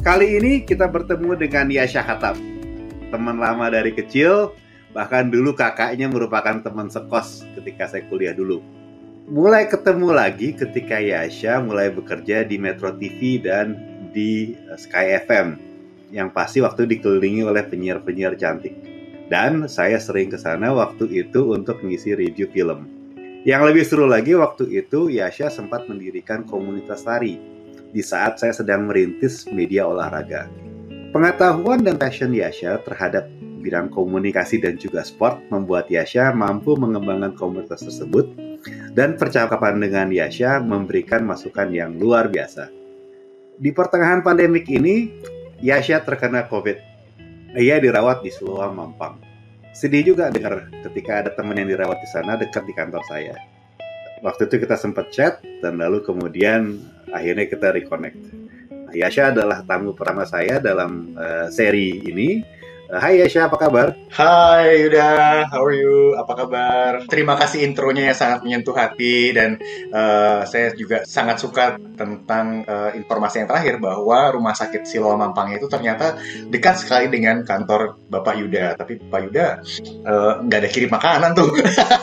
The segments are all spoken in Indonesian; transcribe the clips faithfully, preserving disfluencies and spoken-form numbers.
Kali ini kita bertemu dengan Yasha Khatab, teman lama dari kecil, bahkan dulu kakaknya merupakan teman sekos ketika saya kuliah dulu. Mulai ketemu lagi ketika Yasha mulai bekerja di Metro T V dan di Sky F M, yang pasti waktu dikelilingi oleh penyiar-penyiar cantik. Dan saya sering ke sana waktu itu untuk mengisi review film. Yang lebih seru lagi waktu itu Yasha sempat mendirikan komunitas lari di saat saya sedang merintis media olahraga. Pengetahuan dan passion Yasha terhadap bidang komunikasi dan juga sport membuat Yasha mampu mengembangkan komunitas tersebut, dan percakapan dengan Yasha memberikan masukan yang luar biasa. Di pertengahan pandemik ini, Yasha terkena COVID. Ia dirawat di Siloam Mampang. Sedih juga dengar ketika ada teman yang dirawat di sana dekat di kantor saya. Waktu itu kita sempat chat, dan lalu kemudian akhirnya kita reconnect. Nah, Yasha adalah tamu pertama saya dalam uh, seri ini. Uh, Hai Yasha, apa kabar? Hai Yuda, how are you? Apa kabar? Terima kasih intronya yang sangat menyentuh hati, dan uh, saya juga sangat suka tentang uh, informasi yang terakhir bahwa Rumah Sakit Siloam Mampang itu ternyata dekat sekali dengan kantor Bapak Yuda. Tapi Pak Yuda uh, nggak ada kirim makanan tuh.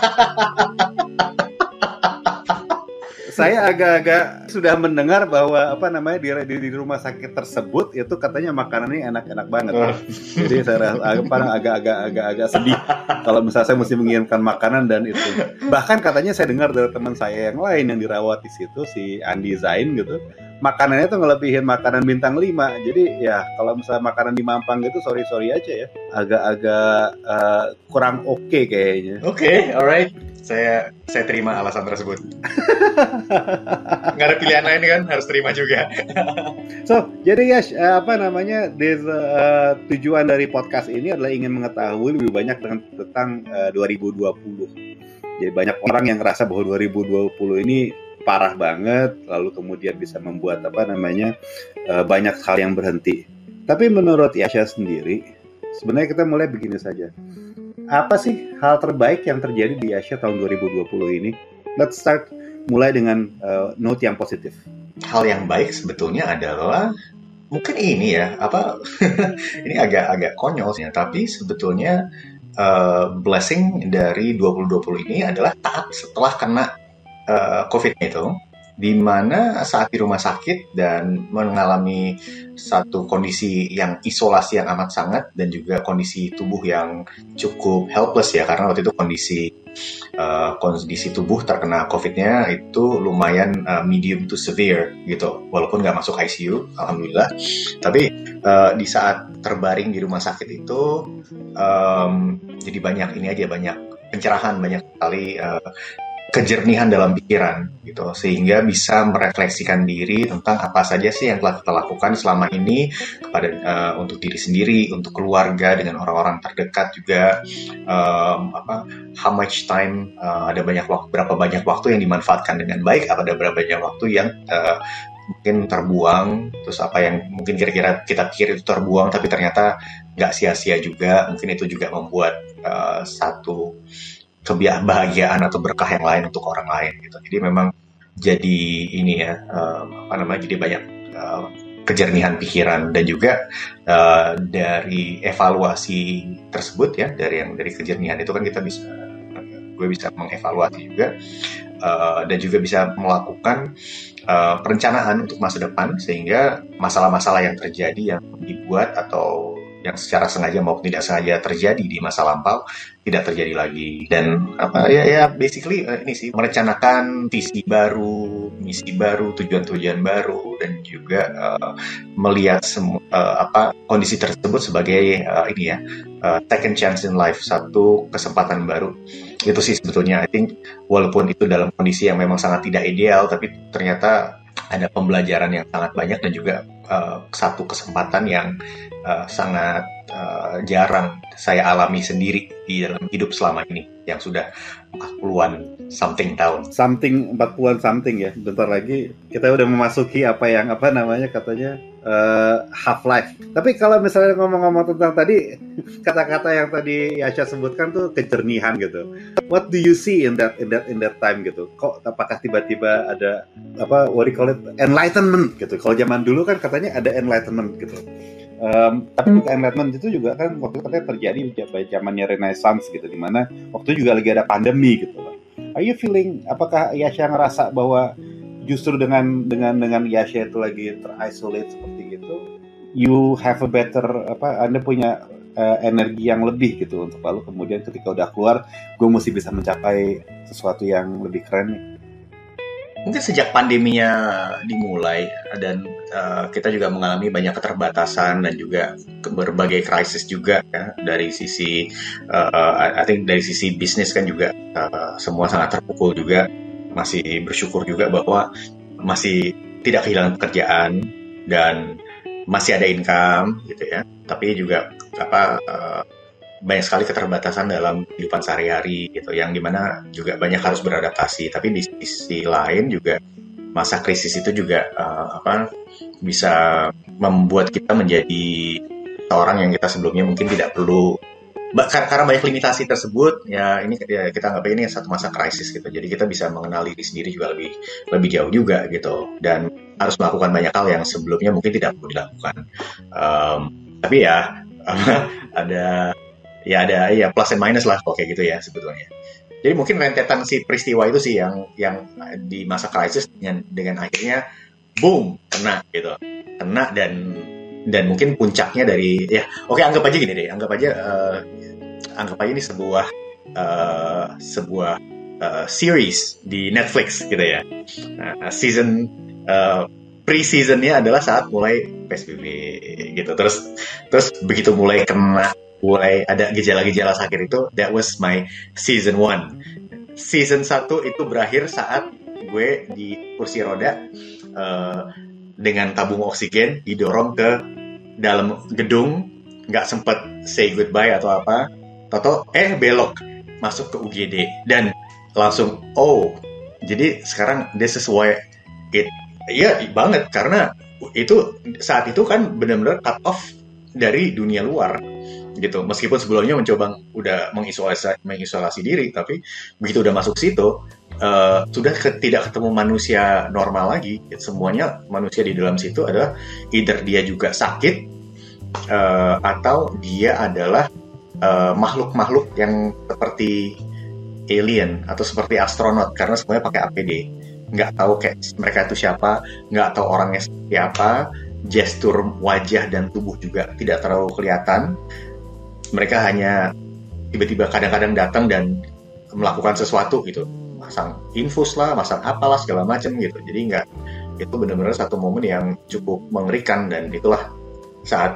Saya agak-agak sudah mendengar bahwa apa namanya di, di, di rumah sakit tersebut itu katanya makanannya enak-enak banget. Oh. Jadi saya agak-agak agak-agak sedih kalau misalnya saya mesti mengirimkan makanan dan itu. Bahkan katanya saya dengar dari teman saya yang lain yang dirawat di situ, si Andi Zain gitu, makanannya tuh ngelebihin makanan bintang lima. Jadi ya kalau misalnya makanan di Mampang gitu sorry-sorry aja ya. Agak-agak uh, kurang oke okay kayaknya. Oke, okay, alright. Saya saya terima alasan tersebut. Nggak ada pilihan lain kan, harus terima juga. So, jadi Yash, uh, apa namanya, this, uh, tujuan dari podcast ini adalah ingin mengetahui lebih banyak tentang, tentang uh, dua ribu dua puluh. Jadi banyak orang yang ngerasa bahwa dua ribu dua puluh ini parah banget, lalu kemudian bisa membuat apa namanya uh, banyak hal yang berhenti. Tapi menurut Yasha sendiri, sebenarnya kita mulai begini saja. Apa sih hal terbaik yang terjadi di Yasha tahun dua ribu dua puluh ini? Let's start mulai dengan uh, note yang positif. Hal yang baik sebetulnya adalah mungkin ini ya, apa ini agak-agak konyol sih, tapi sebetulnya uh, blessing dari dua ribu dua puluh ini adalah saat setelah kena uh, COVID itu, di mana saat di rumah sakit dan mengalami satu kondisi yang isolasi yang amat sangat, dan juga kondisi tubuh yang cukup helpless ya, karena waktu itu kondisi uh, kondisi tubuh terkena COVID-nya itu lumayan uh, medium to severe gitu, walaupun nggak masuk I C U, alhamdulillah. Tapi uh, di saat terbaring di rumah sakit itu um, jadi banyak ini aja, banyak pencerahan, banyak sekali uh, kejernihan dalam pikiran gitu, sehingga bisa merefleksikan diri tentang apa saja sih yang telah kita lakukan selama ini kepada uh, untuk diri sendiri, untuk keluarga, dengan orang-orang terdekat juga, um, apa how much time uh, ada banyak waktu, berapa banyak waktu yang dimanfaatkan dengan baik, ada berapa banyak waktu yang uh, mungkin terbuang, terus apa yang mungkin kira-kira kita pikir itu terbuang tapi ternyata nggak sia-sia juga. Mungkin itu juga membuat uh, satu kebahagiaan atau berkah yang lain untuk orang lain gitu. Jadi memang jadi ini ya, um, apa namanya, jadi banyak uh, kejernihan pikiran, dan juga uh, dari evaluasi tersebut ya, dari yang dari kejernihan itu kan kita bisa, gue bisa mengevaluasi juga, uh, dan juga bisa melakukan uh, perencanaan untuk masa depan, sehingga masalah-masalah yang terjadi yang dibuat atau yang secara sengaja maupun tidak sengaja terjadi di masa lampau tidak terjadi lagi. Dan apa ya ya basically uh, ini sih, merencanakan visi baru, misi baru, tujuan-tujuan baru, dan juga uh, melihat semu- uh, apa kondisi tersebut sebagai uh, ini ya, uh, second chance in life, satu kesempatan baru. Itu sih sebetulnya, I think walaupun itu dalam kondisi yang memang sangat tidak ideal, tapi ternyata ada pembelajaran yang sangat banyak, dan juga uh, satu kesempatan yang uh, sangat uh, jarang saya alami sendiri di dalam hidup selama ini, yang sudah empat puluhan something tahun. Something empat puluhan something ya. Bentar lagi kita udah memasuki apa yang apa namanya katanya uh, half life. Tapi kalau misalnya ngomong-ngomong tentang tadi kata-kata yang tadi Yasha sebutkan tuh kejernihan gitu. What do you see in that in that in that time gitu? Kok apakah tiba-tiba ada apa what do you call it enlightenment gitu? Kalau zaman dulu kan katanya ada enlightenment gitu. Um, tapi enlightenment itu juga kan waktu itu katanya terjadi di zamannya Renaissance gitu, di mana waktu itu juga lagi ada pandemi gitu. Are you feeling? Apakah Yasha ngerasa bahwa justru dengan dengan dengan Yasha itu lagi terisolate seperti itu, you have a better apa? Anda punya uh, energi yang lebih gitu untuk lalu kemudian ketika udah keluar, gue mesti bisa mencapai sesuatu yang lebih keren nih. Mungkin sejak pandeminya dimulai dan uh, kita juga mengalami banyak keterbatasan dan juga berbagai krisis juga ya, dari sisi uh, I think dari sisi bisnis kan juga uh, semua sangat terpukul juga, masih bersyukur juga bahwa masih tidak kehilangan pekerjaan dan masih ada income gitu ya, tapi juga apa uh, banyak sekali keterbatasan dalam kehidupan sehari-hari gitu, yang dimana juga banyak harus beradaptasi. Tapi di sisi lain juga masa krisis itu juga uh, apa bisa membuat kita menjadi seorang yang kita sebelumnya mungkin tidak perlu, karena banyak limitasi tersebut ya, ini ya, kita anggap ini satu masa krisis gitu. Jadi kita bisa mengenal diri sendiri juga lebih lebih jauh juga gitu, dan harus melakukan banyak hal yang sebelumnya mungkin tidak perlu dilakukan. Um, tapi ya ada ya ada ya plus and minus lah kalau kayak gitu ya sebetulnya. Jadi mungkin rentetan si peristiwa itu sih yang yang di masa krisis dengan, dengan akhirnya boom kena gitu, kena dan dan mungkin puncaknya dari ya oke anggap aja gini deh, anggap aja uh, anggap aja ini sebuah uh, sebuah uh, series di Netflix gitu ya. Nah, season uh, pre-seasonnya adalah saat mulai P S B B gitu, terus terus begitu mulai kena mulai ada gejala-gejala sakit itu, that was my season one. Season satu itu berakhir saat gue di kursi roda uh, dengan tabung oksigen didorong ke dalam gedung, nggak sempet say goodbye atau apa, toto eh belok masuk ke U G D dan langsung oh jadi sekarang this is why it iya banget, karena itu saat itu kan benar-benar cut off dari dunia luar gitu. Meskipun sebelumnya mencoba udah mengisolasi mengisolasi diri, tapi begitu udah masuk situ uh, sudah ke, tidak ketemu manusia normal lagi. Semuanya manusia di dalam situ adalah either dia juga sakit uh, atau dia adalah uh, makhluk-makhluk yang seperti alien atau seperti astronot, karena semuanya pakai A P D. Nggak tahu kayak mereka itu siapa, nggak tahu orangnya seperti apa, gestur wajah dan tubuh juga tidak terlalu kelihatan. Mereka hanya tiba-tiba kadang-kadang datang dan melakukan sesuatu gitu, masang infus lah, masang apalah segala macam gitu. Jadi nggak, itu benar-benar satu momen yang cukup mengerikan, dan itulah saat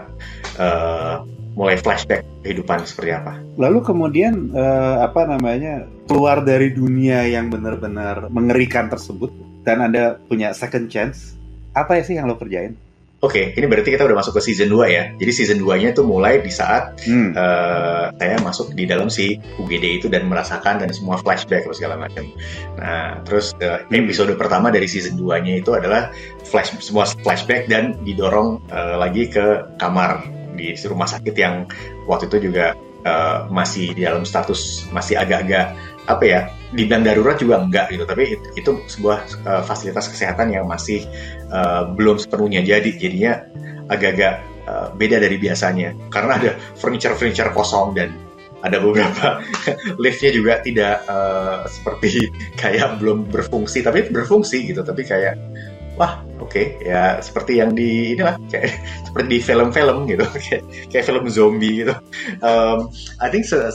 uh, mulai flashback kehidupan seperti apa. Lalu kemudian uh, apa namanya keluar dari dunia yang benar-benar mengerikan tersebut dan Anda punya second chance, apa sih yang lo kerjain? Oke, okay, ini berarti kita udah masuk ke season dua ya. Jadi season dua-nya itu mulai di saat hmm. uh, saya masuk di dalam si U G D itu dan merasakan dan semua flashback terus segala macam. Nah, terus uh, episode hmm. pertama dari season dua-nya itu adalah flash semua flashback dan didorong uh, lagi ke kamar di rumah sakit yang waktu itu juga uh, masih di dalam status masih agak-agak apa ya, dibilang darurat juga enggak gitu, tapi itu, itu sebuah uh, fasilitas kesehatan yang masih uh, belum sepenuhnya jadi, jadinya agak-agak uh, beda dari biasanya karena ada furniture-furniture kosong dan ada beberapa liftnya juga tidak uh, seperti kayak belum berfungsi, tapi berfungsi gitu, tapi kayak wah oke okay, ya seperti yang di inilah kayak seperti di film-film gitu, kayak kayak film zombie gitu. Um, I think so,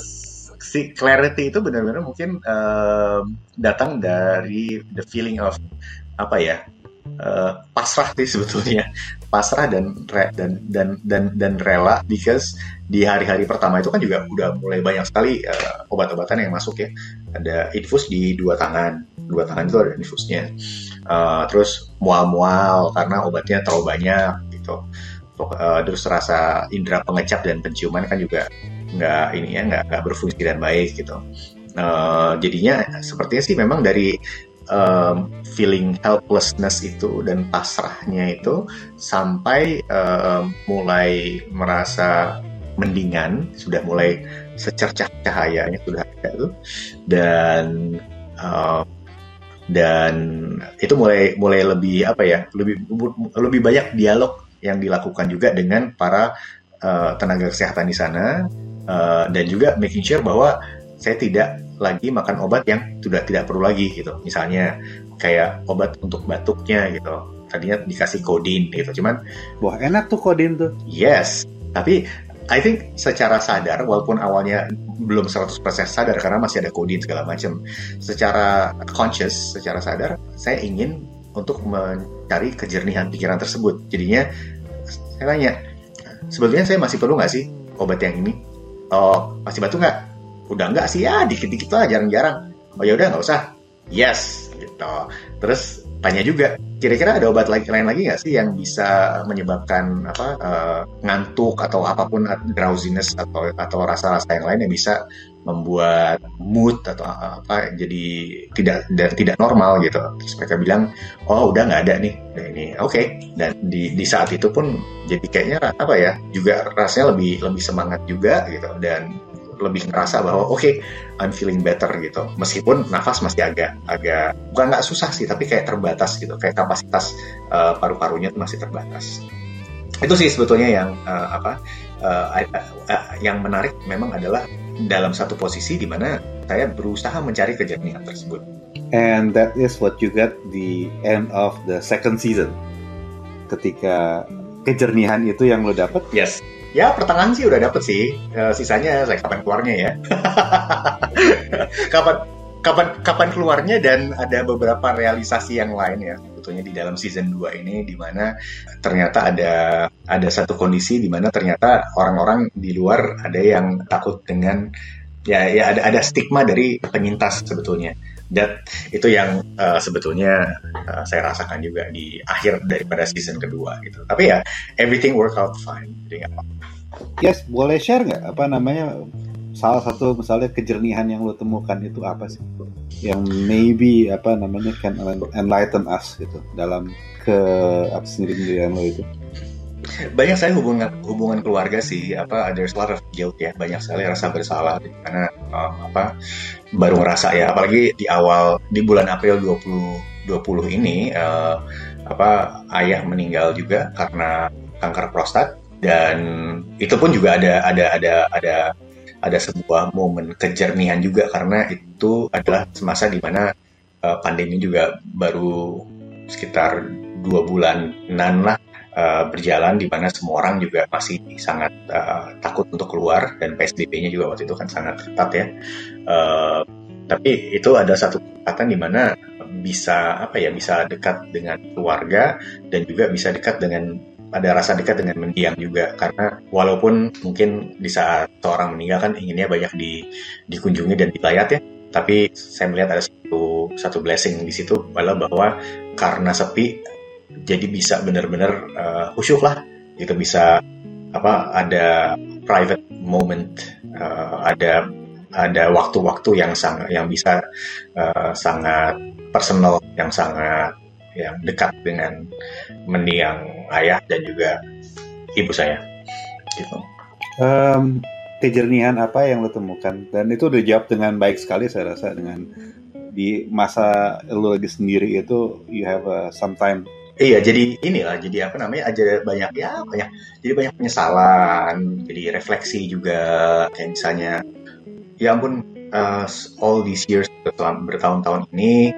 si clarity itu benar-benar mungkin uh, datang dari the feeling of apa ya, uh, pasrah sih sebetulnya, pasrah dan re, dan dan dan dan rela, because di hari-hari pertama itu kan juga udah mulai banyak sekali uh, obat-obatan yang masuk ya, ada infus di dua tangan, dua tangan itu ada infusnya, uh, terus mual-mual karena obatnya terlalu banyak gitu, uh, terus rasa indera pengecap dan penciuman kan juga nggak ini ya nggak nggak berfungsi dan baik gitu. Uh, jadinya sepertinya sih memang dari um, feeling helplessness itu dan pasrahnya itu sampai um, mulai merasa mendingan, sudah mulai secercah cahayanya sudah ada tuh, dan um, dan itu mulai mulai lebih apa ya, lebih lebih banyak dialog yang dilakukan juga dengan para uh, tenaga kesehatan di sana, uh, dan juga making sure bahwa saya tidak lagi makan obat yang sudah tidak perlu lagi gitu. Misalnya kayak obat untuk batuknya gitu, tadinya dikasih codeine gitu, cuman wah enak tuh codeine tuh. Yes, tapi I think secara sadar, walaupun awalnya belum seratus persen sadar karena masih ada codeine segala macam, secara conscious, secara sadar, saya ingin untuk mencari kejernihan pikiran tersebut. Jadinya saya tanya, sebetulnya saya masih perlu nggak sih obat yang ini? Oh, masih batuk nggak? Udah nggak sih, ya dikit-dikit lah, jarang-jarang. Oh ya udah nggak usah. Yes, gitu. Terus tanya juga, kira-kira ada obat lain lagi nggak sih yang bisa menyebabkan apa uh, ngantuk atau apapun, drowsiness atau atau rasa-rasa yang lain yang bisa membuat mood atau apa jadi tidak dan tidak normal gitu. Terus mereka bilang, oh udah nggak ada nih, nah, ini oke. Okay. Dan di di saat itu pun jadi kayaknya apa ya, juga rasanya lebih lebih semangat juga gitu, dan lebih ngerasa bahwa oke, okay, I'm feeling better gitu. Meskipun nafas masih agak agak bukan nggak susah sih, tapi kayak terbatas gitu, kayak kapasitas uh, paru-parunya tuh masih terbatas. Itu sih sebetulnya yang uh, apa uh, uh, uh, yang menarik memang adalah dalam satu posisi di mana saya berusaha mencari kejernihan tersebut. And that is what you get the end of the second season. Ketika kejernihan itu yang lo dapet. Yes. Ya pertengahan sih udah dapet sih, uh, sisanya saya kapan keluarnya ya. kapan kapan kapan keluarnya, dan ada beberapa realisasi yang lain ya sebetulnya di dalam season dua ini, di mana ternyata ada ada satu kondisi di mana ternyata orang-orang di luar ada yang takut dengan ya ya ada ada stigma dari penyintas sebetulnya. Dan itu yang uh, sebetulnya uh, saya rasakan juga di akhir daripada season kedua gitu. Tapi ya everything work out fine, jadi nggak apa-apa. Yes, boleh share nggak apa namanya salah satu misalnya kejernihan yang lo temukan itu apa sih? Yang maybe apa namanya can enlighten us gitu dalam ke apa sendirian lo itu? Banyak saya hubungan hubungan keluarga sih, apa there's a lot of guilt ya, banyak sekali rasa bersalah karena um, apa baru ngerasa ya, apalagi di awal di bulan April dua ribu dua puluh ini uh, apa ayah meninggal juga karena kanker prostat, dan itu pun juga ada ada ada ada ada sebuah momen kejernihan juga karena itu adalah semasa di mana uh, pandemi juga baru sekitar dua bulanan lah Uh, berjalan, di mana semua orang juga masih sangat uh, takut untuk keluar, dan P S B B-nya juga waktu itu kan sangat ketat ya. Uh, tapi itu ada satu kesempatan di mana bisa apa ya bisa dekat dengan keluarga, dan juga bisa dekat dengan ada rasa dekat dengan mendiang juga, karena walaupun mungkin di saat seorang meninggal kan inginnya banyak di, dikunjungi dan dilayat ya, tapi saya melihat ada satu satu blessing di situ adalah bahwa karena sepi jadi bisa benar-benar uh, khusyuk lah, itu bisa apa ada private moment, uh, ada ada waktu-waktu yang sangat yang bisa uh, sangat personal, yang sangat yang dekat dengan mendiang ayah dan juga ibu saya gitu. Um, kejernihan apa yang lo temukan, dan itu udah jawab dengan baik sekali saya rasa, dengan di masa lo lagi sendiri itu you have a some time. Iya, jadi inilah, jadi apa namanya, aja banyak ya banyak, jadi banyak penyesalan, jadi refleksi juga, kayak misalnya, ya ampun, uh, all these years bertahun-tahun ini,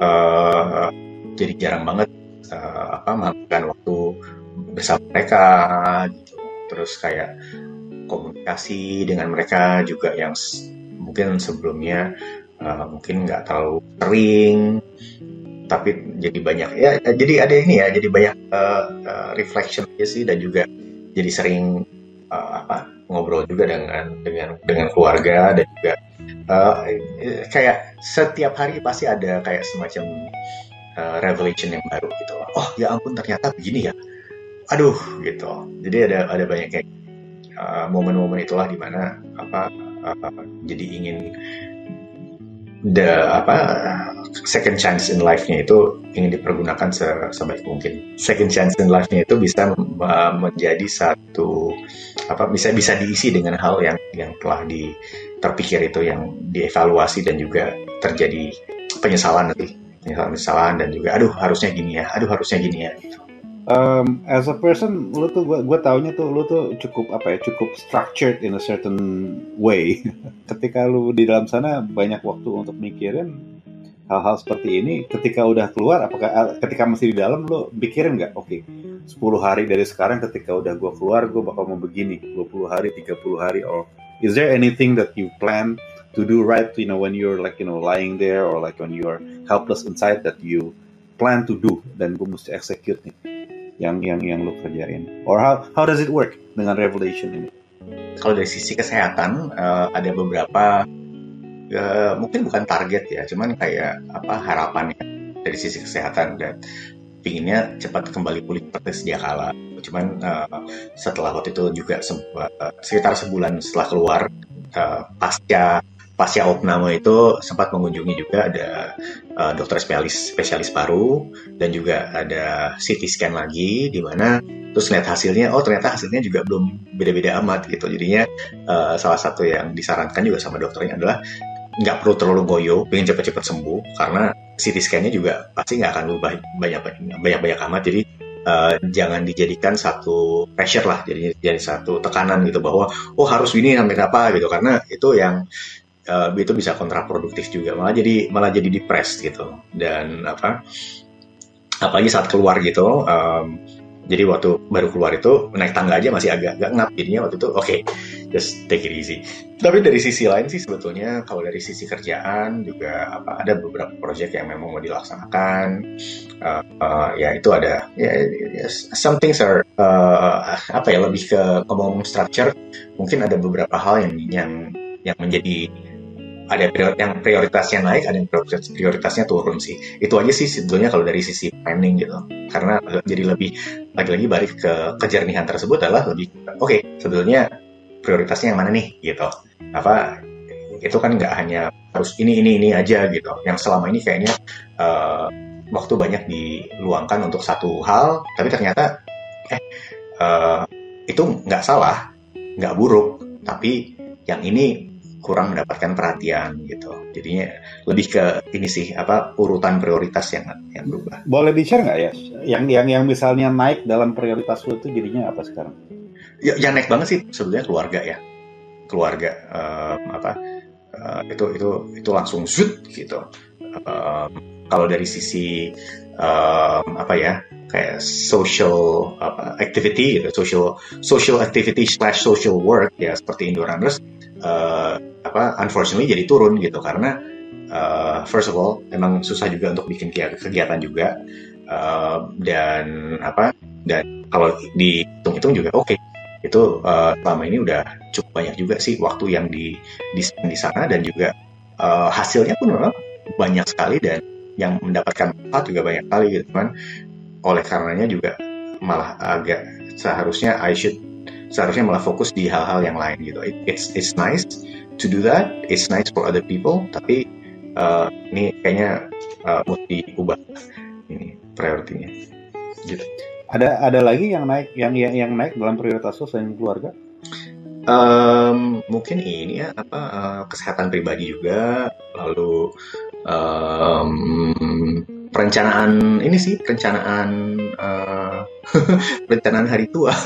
uh, jadi jarang banget uh, apa menghabiskan waktu bersama mereka, gitu. Terus kayak komunikasi dengan mereka juga yang mungkin sebelumnya uh, mungkin nggak terlalu sering. Tapi jadi banyak ya, jadi ada ini ya, jadi banyak uh, uh, reflection aja sih, dan juga jadi sering uh, apa ngobrol juga dengan dengan dengan keluarga, dan juga uh, kayak setiap hari pasti ada kayak semacam uh, revelation yang baru gitu. Oh ya ampun, ternyata begini ya, aduh gitu. Jadi ada ada banyak kayak uh, momen-momen itulah di mana apa uh, jadi ingin the apa second chance in life-nya itu ingin dipergunakan se- sebaik mungkin. Second chance in life-nya itu bisa uh, menjadi satu apa bisa bisa diisi dengan hal yang yang telah di terpikir itu, yang dievaluasi dan juga terjadi penyesalan nanti, penyesalan penyesalan dan juga aduh harusnya gini ya, aduh harusnya gini ya. Gitu. Um, as a person, lu tuh gue gue taunya tuh lu tuh cukup apa ya, cukup structured in a certain way. Ketika lu di dalam sana banyak waktu untuk mikirin hal-hal seperti ini. Ketika udah keluar, apakah ketika masih di dalam lu pikirin nggak? Oke, okay, sepuluh hari dari sekarang ketika udah gue keluar gue bakal mau begini, dua puluh hari, tiga puluh hari, or is there anything that you plan to do right, you know, when you're like, you know, lying there or like when you're helpless inside that you plan to do dan gue mesti execute nih yang yang yang lu kerjain, or how how does it work dengan Revelation ini? Kalau dari sisi kesehatan uh, ada beberapa uh, mungkin bukan target ya, cuman kayak apa harapannya dari sisi kesehatan, dan pinginnya cepat kembali pulih seperti sedia kala. Cuman uh, setelah waktu itu juga se- uh, sekitar sebulan setelah keluar uh, pasca pasca opname itu sempat mengunjungi juga ada uh, dokter spesialis spesialis paru, dan juga ada C T scan lagi di mana terus lihat hasilnya, oh ternyata hasilnya juga belum beda-beda amat gitu. Jadinya uh, salah satu yang disarankan juga sama dokternya adalah nggak perlu terlalu goyo, pengen cepat-cepat sembuh, karena C T scan-nya juga pasti nggak akan berubah banyak-banyak amat. Jadi uh, jangan dijadikan satu pressure lah, jadi jadi satu tekanan gitu bahwa oh harus ini sampai apa gitu, karena itu yang Uh, itu bisa kontraproduktif juga, malah jadi malah jadi depressed gitu. Dan apa apalagi saat keluar gitu, um, jadi waktu baru keluar itu naik tangga aja masih agak agak ngap, jadinya waktu itu oke okay, just take it easy. Tapi dari sisi lain sih sebetulnya kalau dari sisi kerjaan juga apa ada beberapa proyek yang memang mau dilaksanakan, uh, uh, ya itu ada ya yeah, some things are uh, apa ya lebih ke ngomong structure, mungkin ada beberapa hal yang yang yang menjadi ada yang prioritasnya naik, ada yang prioritas, prioritasnya turun sih. Itu aja sih sebetulnya kalau dari sisi planning gitu. Karena jadi lebih lagi-lagi balik ke kejernihan tersebut adalah lebih oke, okay, sebetulnya prioritasnya yang mana nih gitu. Apa itu kan nggak hanya harus ini ini ini aja gitu. Yang selama ini kayaknya uh, waktu banyak diluangkan untuk satu hal, tapi ternyata eh uh, itu nggak salah, nggak buruk, tapi yang ini kurang mendapatkan perhatian gitu. Jadinya lebih ke ini sih apa urutan prioritas yang yang berubah. Boleh di-share nggak ya? Yang yang yang misalnya naik dalam prioritas lu itu jadinya apa sekarang? Ya, yang naik banget sih sebetulnya keluarga ya. Keluarga um, apa uh, itu itu itu langsung zut gitu. Um, kalau dari sisi um, apa ya kayak social apa activity gitu, social social activity slash social work ya seperti indoor runners. Uh, apa unfortunately jadi turun gitu karena uh, first of all emang susah juga untuk bikin kegiatan juga, uh, dan apa dan kalau dihitung-hitung juga oke okay, itu uh, selama ini udah cukup banyak juga sih waktu yang di di, di sana, dan juga uh, hasilnya pun memang banyak sekali dan yang mendapatkan manfaat juga banyak sekali gitu kan. Oleh karenanya juga malah agak seharusnya I should seharusnya malah fokus di hal-hal yang lain gitu. It, it's it's nice to do that, it's nice for other people, tapi uh, ini kayaknya uh, mesti ubah ini prioritinya. Gitu. Ada ada lagi yang naik yang yang, yang naik dalam prioritas lo selain keluarga? Um, mungkin ini ya apa uh, kesehatan pribadi juga, lalu um, perencanaan ini sih perencanaan uh, perencanaan hari tua.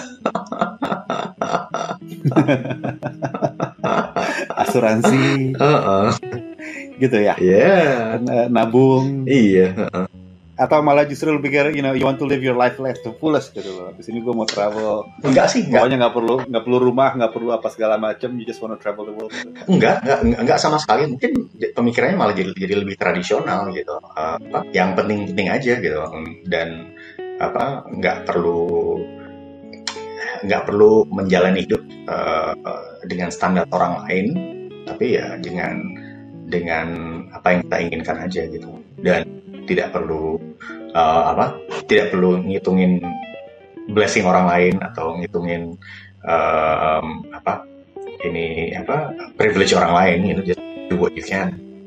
Asuransi, uh-uh. gitu ya? Yeah. Nabung. Iya. Uh-uh. Atau malah justru lebih kayak, you know, you want to live your life life to fullest gitu loh. Di sini gue mau travel. Enggak sih, enggak. Pokoknya nggak perlu nggak perlu rumah, nggak perlu apa segala macam. You just want to travel the world. Gitu. Enggak, enggak, enggak sama sekali. Mungkin pemikirannya malah jadi jadi lebih tradisional gitu. Uh, apa? Yang penting-penting aja gitu. Dan apa? Enggak perlu nggak perlu menjalani hidup uh, dengan standar orang lain, tapi ya dengan dengan apa yang kita inginkan aja gitu, dan tidak perlu uh, apa tidak perlu ngitungin blessing orang lain atau ngitungin uh, um, apa ini apa privilege orang lain gitu, just do what you can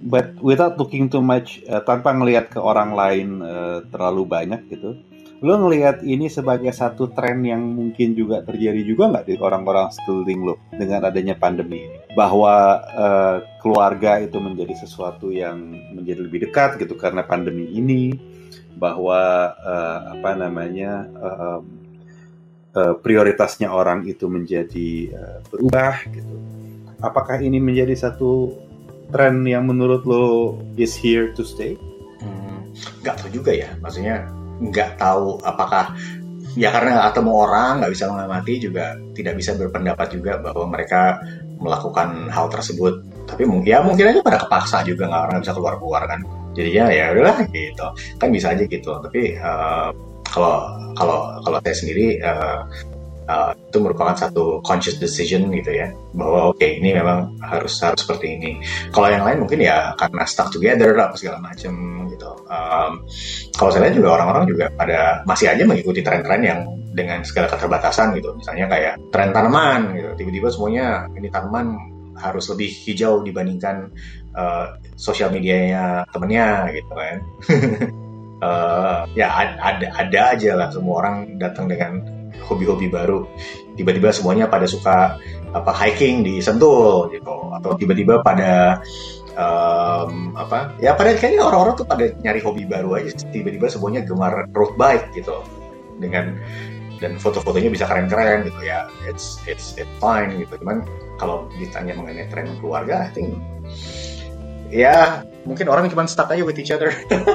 but without looking too much, uh, tanpa ngelihat ke orang lain uh, terlalu banyak gitu, lo ngelihat ini sebagai satu tren yang mungkin juga terjadi juga nggak di orang-orang sekeliling lo dengan adanya pandemi ini, bahwa uh, keluarga itu menjadi sesuatu yang menjadi lebih dekat gitu karena pandemi ini, bahwa uh, apa namanya uh, uh, prioritasnya orang itu menjadi uh, berubah gitu. Apakah ini menjadi satu tren yang menurut lo is here to stay? Hmm, nggak tahu juga ya, maksudnya nggak tahu apakah ya karena nggak ketemu orang, nggak bisa mengamati juga, tidak bisa berpendapat juga bahwa mereka melakukan hal tersebut. Tapi mungkin ya mungkin aja pada kepaksa juga, nggak orang bisa keluar keluar kan. Jadinya ya udahlah gitu, kan bisa aja gitu. Tapi uh, kalau kalau kalau saya sendiri uh, uh, itu merupakan satu conscious decision gitu ya, bahwa oke okay, ini memang harus harus seperti ini. Kalau yang lain mungkin ya karena stuck together apa segala macam gitu. Um, kalau saya lihat juga orang-orang juga pada masih aja mengikuti tren-tren yang dengan segala keterbatasan gitu. Misalnya kayak tren tanaman gitu, tiba-tiba semuanya ini tanaman harus lebih hijau dibandingkan uh, sosial medianya temennya gitu kan. uh, ya ada ada aja lah, semua orang datang dengan hobi-hobi baru. Tiba-tiba semuanya pada suka apa hiking di Sentul gitu, atau tiba-tiba pada um, apa ya pada kayaknya orang-orang tuh pada nyari hobi baru aja. Tiba-tiba semuanya gemar road bike gitu, dengan dan foto-fotonya bisa keren-keren gitu ya. It's it's it's fine gitu. Cuman kalau ditanya mengenai tren keluarga, I think ya mungkin orang cuma stuck aja with each other.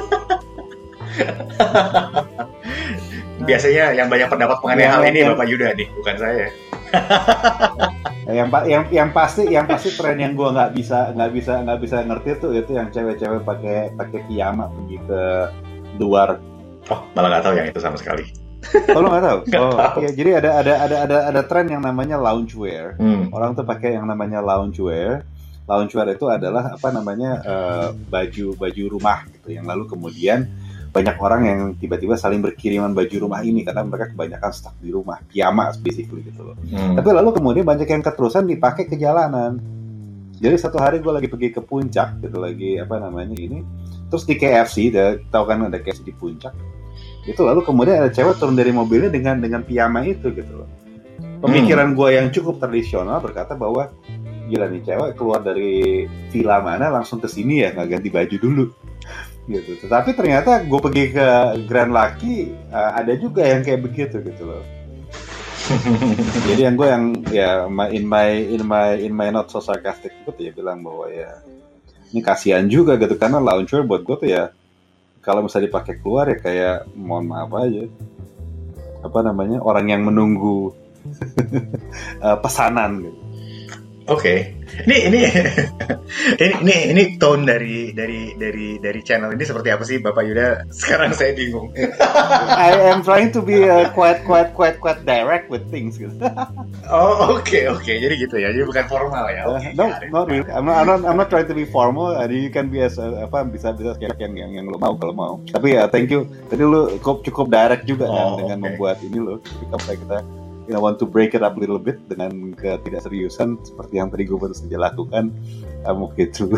Biasanya yang banyak pendapat mengenai hal ini Bapak Yuda nih, bukan saya. yang yang yang pasti yang pasti tren yang gue nggak bisa nggak bisa nggak bisa ngerti tuh itu yang cewek-cewek pakai pakai piyama pergi ke luar. Oh, malah nggak tahu yang itu sama sekali. Oh, lo nggak tahu? Nggak Oh, tahu. ya, jadi ada ada ada ada ada tren yang namanya loungewear. Hmm. Orang tuh pakai yang namanya loungewear. Loungewear itu adalah apa namanya uh, baju baju rumah gitu, yang lalu kemudian banyak orang yang tiba-tiba saling berkiriman baju rumah ini karena mereka kebanyakan stuck di rumah, piyama basically gitu loh. Hmm. Tapi lalu kemudian banyak yang keterusan dipakai ke jalanan. Jadi satu hari gue lagi pergi ke puncak gitu, lagi apa namanya ini, terus di K F C, tahu kan ada K F C di puncak. Itu lalu kemudian ada cewek turun dari mobilnya dengan dengan piyama itu gitu loh. Pemikiran hmm. gue yang cukup tradisional berkata bahwa gila nih cewek keluar dari villa mana langsung ke sini ya, nggak ganti baju dulu gitu. Tetapi ternyata gue pergi ke Grand Lucky, uh, ada juga yang kayak begitu gitu loh. Jadi yang gue yang ya in my in my in my not so sarcastic gue tuh ya bilang bahwa ya ini kasihan juga gitu, karena loungewear buat gue tuh ya kalau misalnya dipakai keluar ya kayak mohon maaf aja apa namanya orang yang menunggu uh, pesanan gitu. Oke, okay. ini ini ini ini ini tone dari dari dari dari channel ini seperti apa sih Bapak Yuda? Sekarang saya bingung. I am trying to be uh, quite quite quite quite direct with things gitu. Oh oke okay, oke, okay. Jadi gitu ya, jadi bukan formal ya? Okay, uh, no, ya, not really. I'm not, I'm not I'm not trying to be formal. Uh, you can be as uh, apa bisa bisa kayak yang yang yang lo mau kalau mau. Tapi ya thank you. Tadi lo cukup cukup direct juga oh, kan dengan okay. membuat ini lo. Ketika kita you know, want to break it up a little bit dengan ketidakseriusan seperti yang tadi gue baru saja lakukan, um, gitu.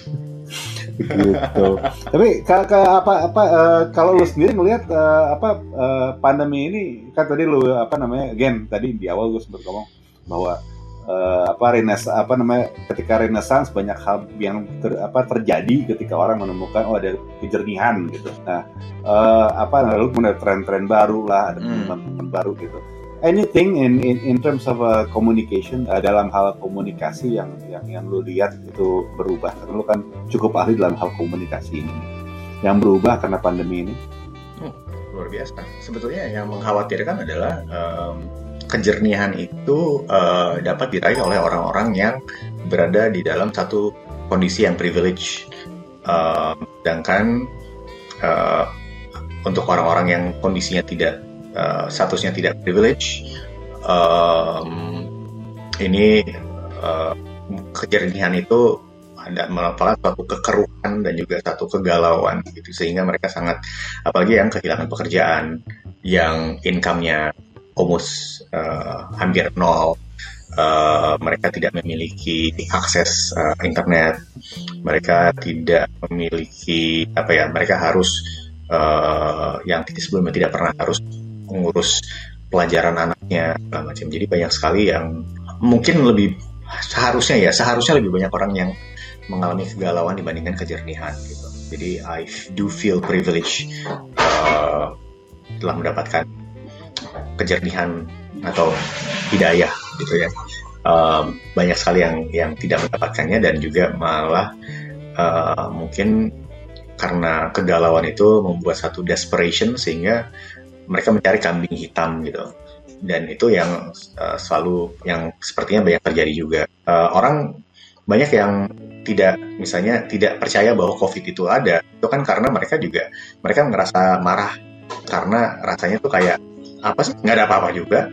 Gitu. Tapi ke, ke apa apa uh, kalau lu sendiri ngelihat uh, apa uh, pandemi ini kan tadi lu apa namanya again tadi di awal gue sempat ngomong bahwa uh, apa renes apa namanya ketika renaissance banyak hal yang ter, apa terjadi ketika orang menemukan oh ada kejernihan gitu. Nah uh, apa lalu kemudian tren-tren baru lah, ada teman-teman hmm. baru gitu. Anything in in in terms of uh, communication uh, dalam hal komunikasi yang yang yang lu lihat itu berubah, karena lu kan cukup ahli dalam hal komunikasi ini yang berubah karena pandemi ini. Hmm, luar biasa. Sebetulnya yang mengkhawatirkan adalah um, kejernihan itu uh, dapat diraih oleh orang-orang yang berada di dalam satu kondisi yang privilege, uh, sedangkan uh, untuk orang-orang yang kondisinya tidak Uh, statusnya tidak privilege, um, ini uh, kejernihan itu ada merupakan suatu kekeruhan dan juga satu kegalauan gitu, sehingga mereka sangat, apalagi yang kehilangan pekerjaan, yang income-nya almost uh, hampir nol, uh, mereka tidak memiliki akses uh, internet, mereka tidak memiliki apa ya, mereka harus uh, yang sebelumnya tidak pernah harus mengurus pelajaran anaknya segala macam. Jadi banyak sekali yang mungkin lebih seharusnya ya seharusnya lebih banyak orang yang mengalami kegalauan dibandingkan kejernihan gitu. Jadi I do feel privileged uh, telah mendapatkan kejernihan atau hidayah gitu ya. Uh, banyak sekali yang yang tidak mendapatkannya dan juga malah uh, mungkin karena kegalauan itu membuat satu desperation sehingga mereka mencari kambing hitam gitu. Dan itu yang uh, selalu yang sepertinya banyak terjadi juga. Uh, orang banyak yang tidak misalnya tidak percaya bahwa COVID itu ada, itu kan karena mereka juga mereka ngerasa marah karena rasanya tuh kayak apa sih, nggak ada apa-apa juga,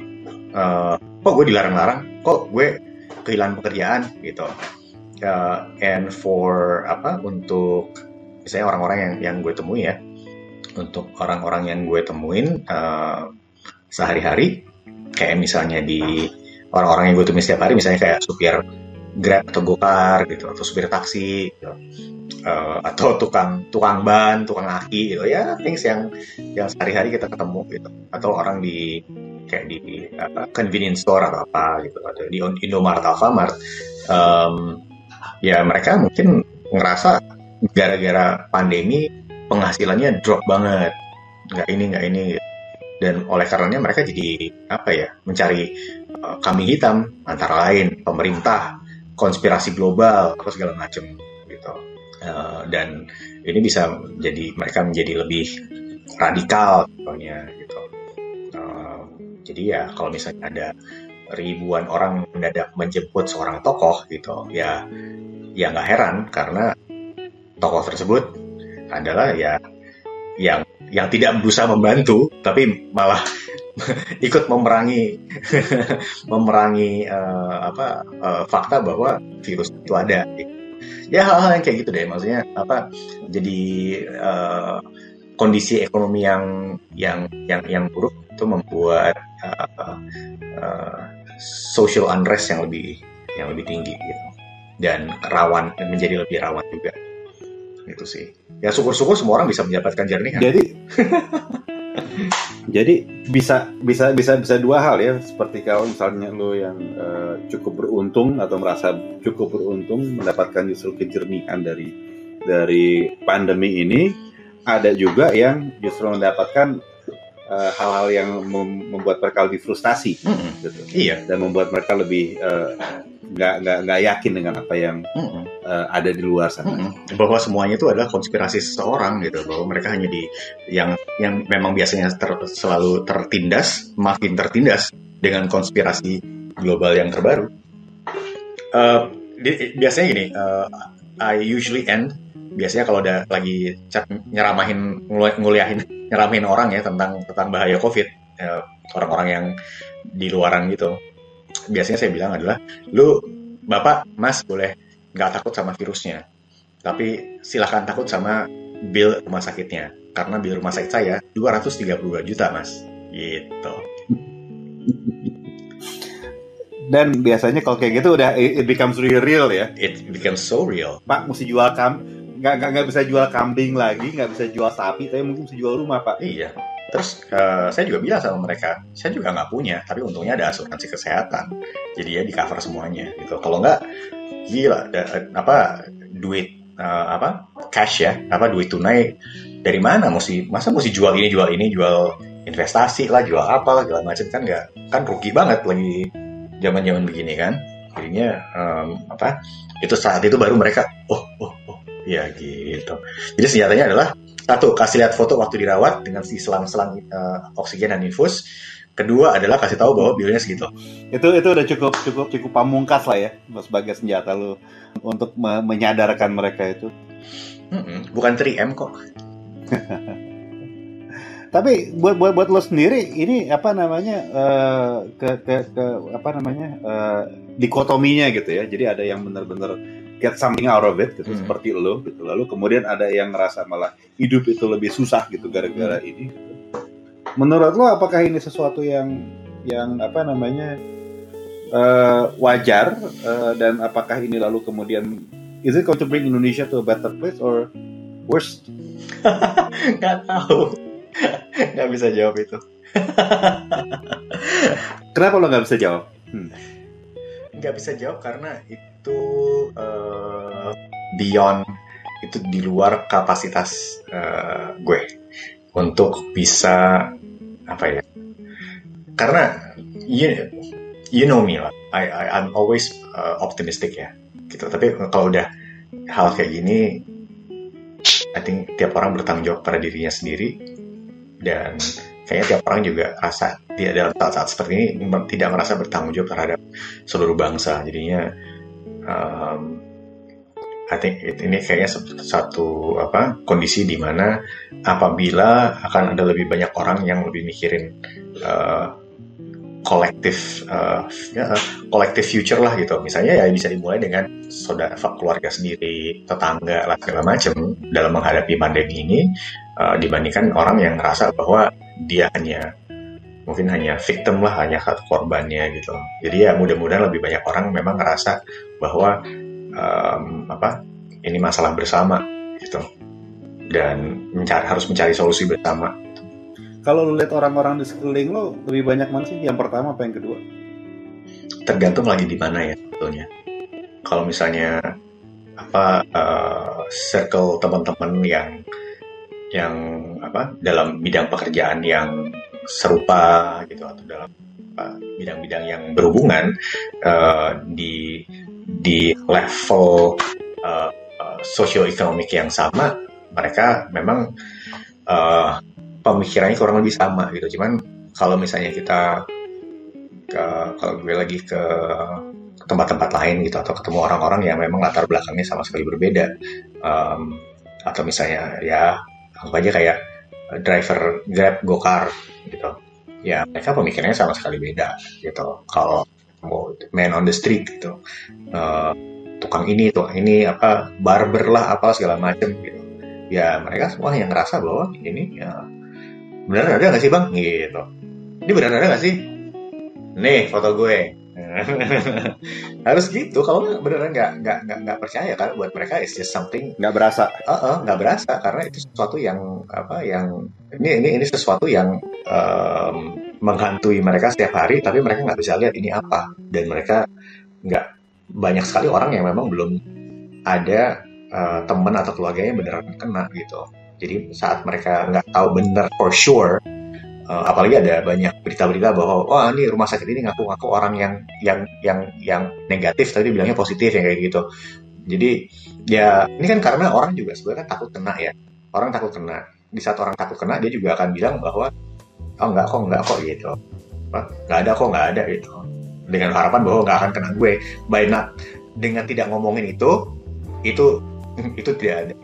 uh, kok gue dilarang-larang, kok gue kehilangan pekerjaan gitu. Uh, and for apa untuk misalnya orang-orang yang yang gue temui ya, untuk orang-orang yang gue temuin uh, sehari-hari, kayak misalnya di orang-orang yang gue temui setiap hari, misalnya kayak supir Grab atau Gokar gitu, atau supir taksi gitu. Uh, atau tukang tukang ban, tukang aki gitu ya, things yang yang sehari-hari kita ketemu gitu, atau orang di kayak di apa, convenience store atau apa gitu, atau di Indomaret, Alfamart, um, ya mereka mungkin ngerasa gara-gara pandemi penghasilannya drop banget, nggak ini nggak ini gitu. Dan oleh karenanya mereka jadi apa ya, mencari uh, kambing hitam, antara lain pemerintah, konspirasi global, atau segala macam gitu. Uh, dan ini bisa jadi mereka menjadi lebih radikal contohnya gitu. Uh, jadi ya kalau misalnya ada ribuan orang mendadak menjemput seorang tokoh gitu, ya ya nggak heran karena tokoh tersebut adalah ya yang yang tidak berusaha membantu tapi malah ikut memerangi memerangi uh, apa uh, fakta bahwa virus itu ada. Ya hal-hal yang kayak gitu deh, maksudnya apa, jadi uh, kondisi ekonomi yang yang yang yang buruk itu membuat uh, uh, social unrest yang lebih yang lebih tinggi gitu, dan rawan dan menjadi lebih rawan juga gitu sih. Ya syukur-syukur semua orang bisa mendapatkan jernihan. Jadi Jadi bisa bisa bisa bisa dua hal ya, seperti kalau misalnya lo yang uh, cukup beruntung atau merasa cukup beruntung mendapatkan justru kejernihan dari dari pandemi ini, ada juga yang justru mendapatkan uh, hal-hal yang mem- membuat mereka lebih frustasi, mm-hmm. gitu. Iya. Dan membuat mereka lebih nggak uh, nggak nggak yakin dengan apa yang mm-hmm. uh, ada di luar sana. Mm-hmm. Bahwa semuanya itu adalah konspirasi seseorang gitu, bahwa mereka hanya di yang yang memang biasanya ter, selalu tertindas, makin tertindas dengan konspirasi global yang terbaru. Uh, di, biasanya gini, uh, I usually end biasanya kalau udah lagi nyeramahin nguliahin nyeramahin orang ya tentang tentang bahaya COVID, uh, orang-orang yang di luaran gitu. Biasanya saya bilang adalah, lu bapak mas boleh nggak takut sama virusnya, tapi silahkan takut sama bill rumah sakitnya, karena bill rumah sakit saya dua ratus tiga puluh dua juta mas gitu. Dan biasanya kalau kayak gitu udah it becomes real real ya, it becomes so real. Pak mesti jual kam nggak nggak nggak bisa jual kambing lagi, nggak bisa jual sapi, tapi mungkin bisa jual rumah pak. Iya. Terus uh, saya juga bilang sama mereka, saya juga nggak punya, tapi untungnya ada asuransi kesehatan, jadi ya di cover semuanya gitu. Kalau nggak, gila, da, apa duit uh, apa cash ya, apa duit tunai dari mana? Mesti masa mesti jual ini jual ini, jual investasi lah, jual apa lah, segala macam, kan nggak, kan rugi banget lagi zaman-zaman begini kan. Jadinya um, apa? Itu saat itu baru mereka, oh oh oh, ya gitu. Jadi senjatanya adalah satu, kasih lihat foto waktu dirawat dengan si selang-selang uh, oksigen dan infus. Kedua adalah kasih tahu bahwa bilnya segitu. Itu itu udah cukup cukup cukup pamungkas lah ya sebagai senjata lu untuk me- menyadarkan mereka itu. Mm-mm, bukan tiga M kok. Tapi buat buat buat lo sendiri ini apa namanya uh, ke, ke ke apa namanya uh, dikotominya gitu ya. Jadi ada yang benar-benar get something out of it gitu, hmm. seperti lo gitu. Lalu kemudian ada yang ngerasa malah hidup itu lebih susah gitu gara-gara hmm. ini gitu. Menurut lo apakah ini sesuatu yang yang apa namanya uh, wajar uh, dan apakah ini lalu kemudian is it going to bring Indonesia to a better place or worse? Nggak tahu, nggak bisa jawab itu. Kenapa lo nggak bisa jawab? Hmm. Nggak bisa jawab karena itu uh, beyond, itu di luar kapasitas uh, gue untuk bisa apa ya? Karena you, you know me lah, I, I I'm always uh, optimistic ya, gitu. Tapi kalau udah hal kayak gini, I think tiap orang bertanggung jawab pada dirinya sendiri, dan kayaknya tiap orang juga rasa dia dalam saat-saat seperti ini tidak merasa bertanggung jawab terhadap seluruh bangsa. Jadinya, um, I think ini kayaknya satu apa kondisi di mana apabila akan ada lebih banyak orang yang lebih mikirin uh, kolektif uh, ya, kolektif future lah gitu. Misalnya ya bisa dimulai dengan saudara, keluarga sendiri, tetangga lah segala macam dalam menghadapi pandemi ini, uh, dibandingkan orang yang ngerasa bahwa dia hanya mungkin hanya victim lah, hanya satu korbannya gitu. Jadi ya mudah-mudahan lebih banyak orang memang ngerasa bahwa um, apa ini masalah bersama gitu, dan mencari, harus mencari solusi bersama. Kalau lu lihat orang-orang di sekeliling lo, lebih banyak mana sih? Yang pertama apa yang kedua? Tergantung lagi di mana ya sebetulnya. Kalau misalnya apa uh, circle teman-teman yang yang apa dalam bidang pekerjaan yang serupa gitu, atau dalam uh, bidang-bidang yang berhubungan uh, di di level uh, uh, sosioekonomik yang sama, mereka memang uh, pemikirannya kurang lebih sama gitu. Cuman kalau misalnya kita ke, kalau gue lagi ke tempat-tempat lain gitu, atau ketemu orang-orang yang memang latar belakangnya sama sekali berbeda, um, atau misalnya ya anggap aja kayak driver Grab, Gokar gitu, ya mereka pemikirannya sama sekali beda gitu. Kalau mau man on the street gitu, uh, tukang ini, tukang ini, apa barber lah, apa segala macam gitu, ya mereka semua yang ngerasa bahwa ini ya beneran ada nggak sih bang gitu, ini beneran ada nggak sih, nih foto gue. Harus gitu. Kalau beneran nggak nggak nggak nggak percaya kan, buat mereka it's just something nggak berasa. Uh, uh, nggak berasa karena itu sesuatu yang apa yang ini ini ini sesuatu yang um, menghantui mereka setiap hari, tapi mereka nggak bisa lihat ini apa, dan mereka nggak, banyak sekali orang yang memang belum ada uh, teman atau keluarganya beneran kena gitu. Jadi saat mereka nggak tahu benar for sure, uh, apalagi ada banyak berita-berita bahwa oh ini rumah sakit ini ngaku-ngaku orang yang yang yang yang negatif tapi bilangnya positif, yang kayak gitu. Jadi ya ini kan karena orang juga sebenarnya kan takut kena ya, orang takut kena. Di saat orang takut kena, dia juga akan bilang bahwa oh enggak kok enggak kok gitu, nggak ada kok nggak ada gitu, dengan harapan bahwa nggak akan kena gue. By not, dengan tidak ngomongin itu itu itu tidak ada.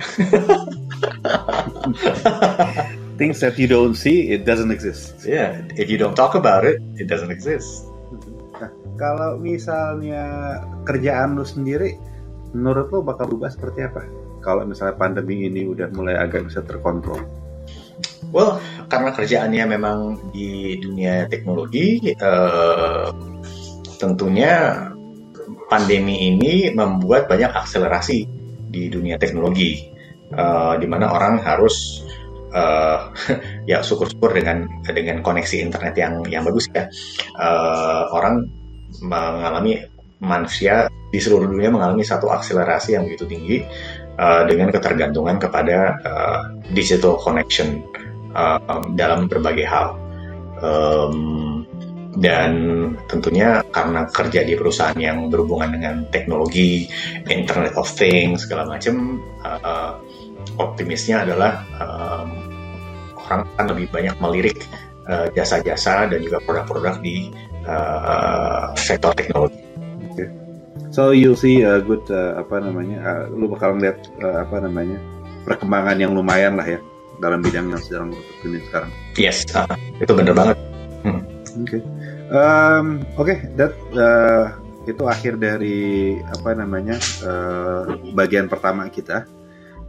Things that you don't see, it doesn't exist. Yeah, if you don't talk about it, it doesn't exist. Nah, kalau misalnya kerjaan lu sendiri, menurut lu bakal berubah seperti apa? Kalau misalnya pandemi ini udah mulai agak bisa terkontrol. Well, karena kerjaannya memang di dunia teknologi, uh, tentunya pandemi ini membuat banyak akselerasi di dunia teknologi, uh, di mana orang harus uh, ya syukur-syukur dengan dengan koneksi internet yang yang bagus ya. Uh, orang mengalami manusia di seluruh dunia mengalami satu akselerasi yang begitu tinggi uh, dengan ketergantungan kepada uh, digital connection uh, um, dalam berbagai hal. Um, dan tentunya karena kerja di perusahaan yang berhubungan dengan teknologi, Internet of Things segala macam, uh, optimisnya adalah um, orang akan lebih banyak melirik uh, jasa-jasa dan juga produk-produk di uh, sektor teknologi. Okay. So you see a good uh, apa namanya, uh, lu bakal melihat uh, apa namanya perkembangan yang lumayan lah ya dalam bidang yang sedang lu tekuni sekarang. Yes, uh, itu benar banget. Hmm. Oke. Okay. Um, Oke, okay, that uh, itu akhir dari apa namanya uh, bagian pertama kita.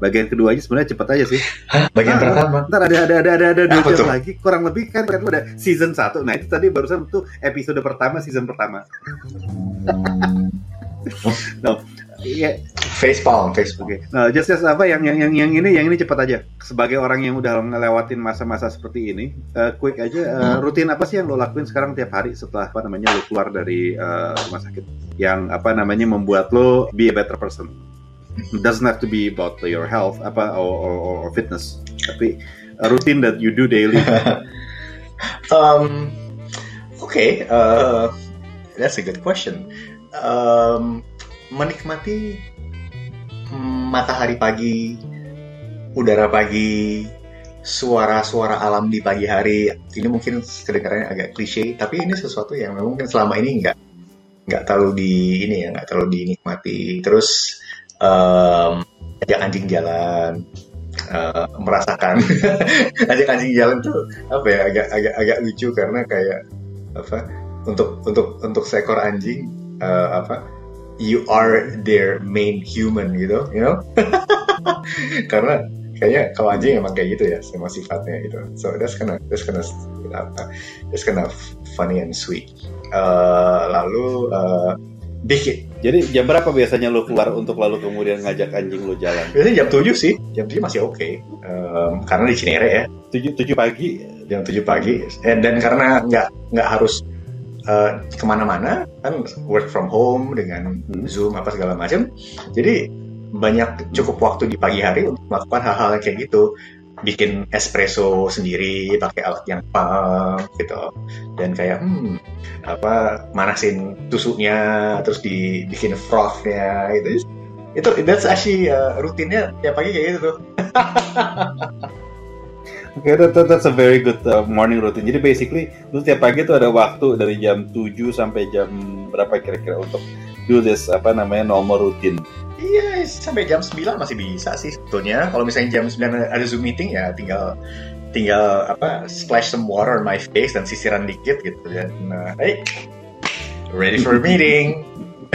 bagian keduanya sebenarnya cepet aja sih. Hah? Bagian Nah, pertama? ntar ada ada ada ada ada dua Apa jam tuh? lagi, kurang lebih kan kan ada season satu. Nah itu tadi barusan tuh episode pertama season pertama. Hmm. No, iya. Facepalm, facepalm. Oke. Nah, just just apa yang yang yang yang ini yang ini cepat aja. Sebagai orang yang udah ngelewatin masa-masa seperti ini, uh, quick aja. Uh, rutin apa sih yang lo lakuin sekarang tiap hari setelah apa namanya lo keluar dari uh, rumah sakit? Yang apa namanya membuat lo be a better person. It doesn't have to be about your health apa or, or, or fitness, tapi a routine that you do daily. um, okay, uh, that's a good question. Um, menikmati matahari pagi, udara pagi, suara-suara alam di pagi hari. Ini mungkin kedengarannya agak klise, tapi ini sesuatu yang mungkin selama ini nggak nggak terlalu di ini ya, nggak terlalu dinikmati. Terus um, ajak anjing jalan, uh, merasakan ajak anjing jalan tuh apa ya, agak agak agak lucu karena kayak apa untuk untuk untuk seekor anjing uh, apa you are their main human gitu, you know? Karena kayaknya kalau anjing emang kayak gitu ya sama sifatnya gitu. So that's kind of that's kind of that's kind of funny and sweet. Uh, lalu uh, bikin. Jadi jam berapa biasanya lo keluar untuk lalu kemudian ngajak anjing lo jalan? Biasanya jam tujuh sih, jam tujuh masih oke. Okay. Um, karena di Cinere ya. Tujuh tujuh pagi. Jam tujuh pagi. And, dan karena nggak nggak harus Uh, kemana-mana kan, work from home dengan Zoom apa segala macam, jadi banyak cukup waktu di pagi hari untuk melakukan hal-hal yang kayak gitu, bikin espresso sendiri pakai alat yang pump gitu, dan kayak hmm apa manasin tusuknya terus dibikin frothnya gitu. Itu that's actually uh, rutinnya tiap pagi kayak gitu tuh. Oke, okay, that, that, that's a very good uh, morning routine. Jadi basically, lu tiap pagi tuh ada waktu dari jam tujuh sampai jam berapa kira-kira untuk do this apa namanya normal routine? Iya, sampai jam sembilan masih bisa sih sebetulnya. Kalau misalnya jam sembilan ada Zoom meeting ya tinggal tinggal apa splash some water on my face dan sisiran dikit gitu ya. Nah, hey, ready for a meeting.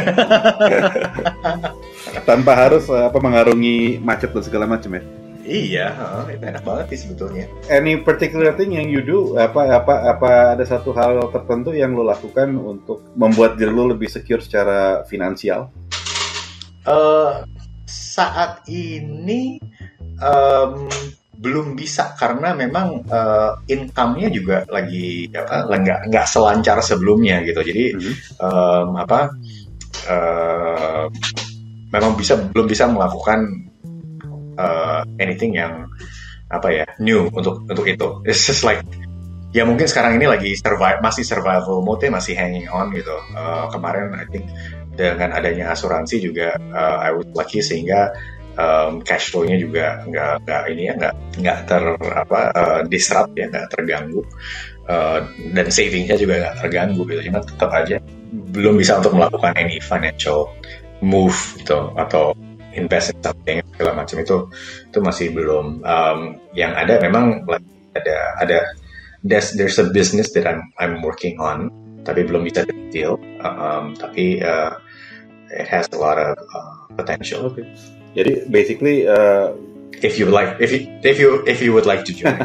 Tanpa harus uh, apa mengarungi macet dan segala macam ya. Iya, uh, itu enak banget sih sebetulnya. Any particular thing yang you do? Apa apa apa ada satu hal tertentu yang lo lakukan untuk membuat diri lo lebih secure secara finansial? Uh, saat ini um, belum bisa karena memang uh, income-nya juga lagi apa nggak nggak selancar sebelumnya gitu. Jadi mm-hmm. um, apa uh, memang bisa belum bisa melakukan Uh, anything yang apa ya new untuk untuk itu. It's just like ya mungkin sekarang ini lagi survive masih survival mode masih hanging on gitu. Uh, kemarin I think dengan adanya asuransi juga uh, I was lucky sehingga um, cash flow-nya juga nggak nggak ini ya nggak nggak ter apa uh, disrupt ya nggak terganggu uh, dan savingnya juga nggak terganggu gitu. Cuma tetap aja belum bisa untuk melakukan any financial move gitu atau invest in something segala macam itu itu masih belum. Um, yang ada memang ada ada there's there's a business that I'm I'm working on tapi belum bisa detail. Um, tapi uh, it has a lot of uh, potential. Okay. Jadi basically uh, if you like if you if you if you would like to join.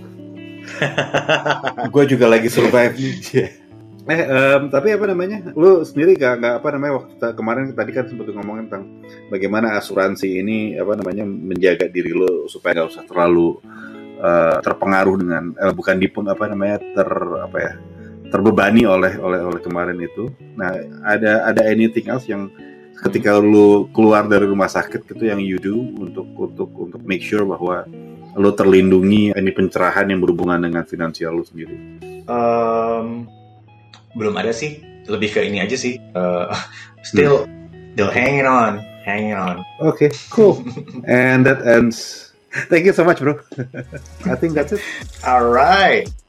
Gue juga lagi survive nih. Eh, um, tapi apa namanya? Lu sendiri gak, gak apa namanya waktu ta- kemarin tadi kan sempat ngomongin tentang bagaimana asuransi ini apa namanya menjaga diri lu supaya gak usah terlalu uh, terpengaruh dengan eh, bukan dipun apa namanya ter apa ya terbebani oleh oleh oleh kemarin itu. Nah, ada ada anything else yang ketika lu keluar dari rumah sakit gitu yang you do untuk untuk untuk make sure bahwa lu terlindungi ini pencerahan yang berhubungan dengan finansial lu sendiri? Um, belum ada sih, lebih ke ini aja sih. Uh, still, hmm. still hanging on, hanging on. Okay, cool. And that ends. Thank you so much, bro. I think that's it. All right.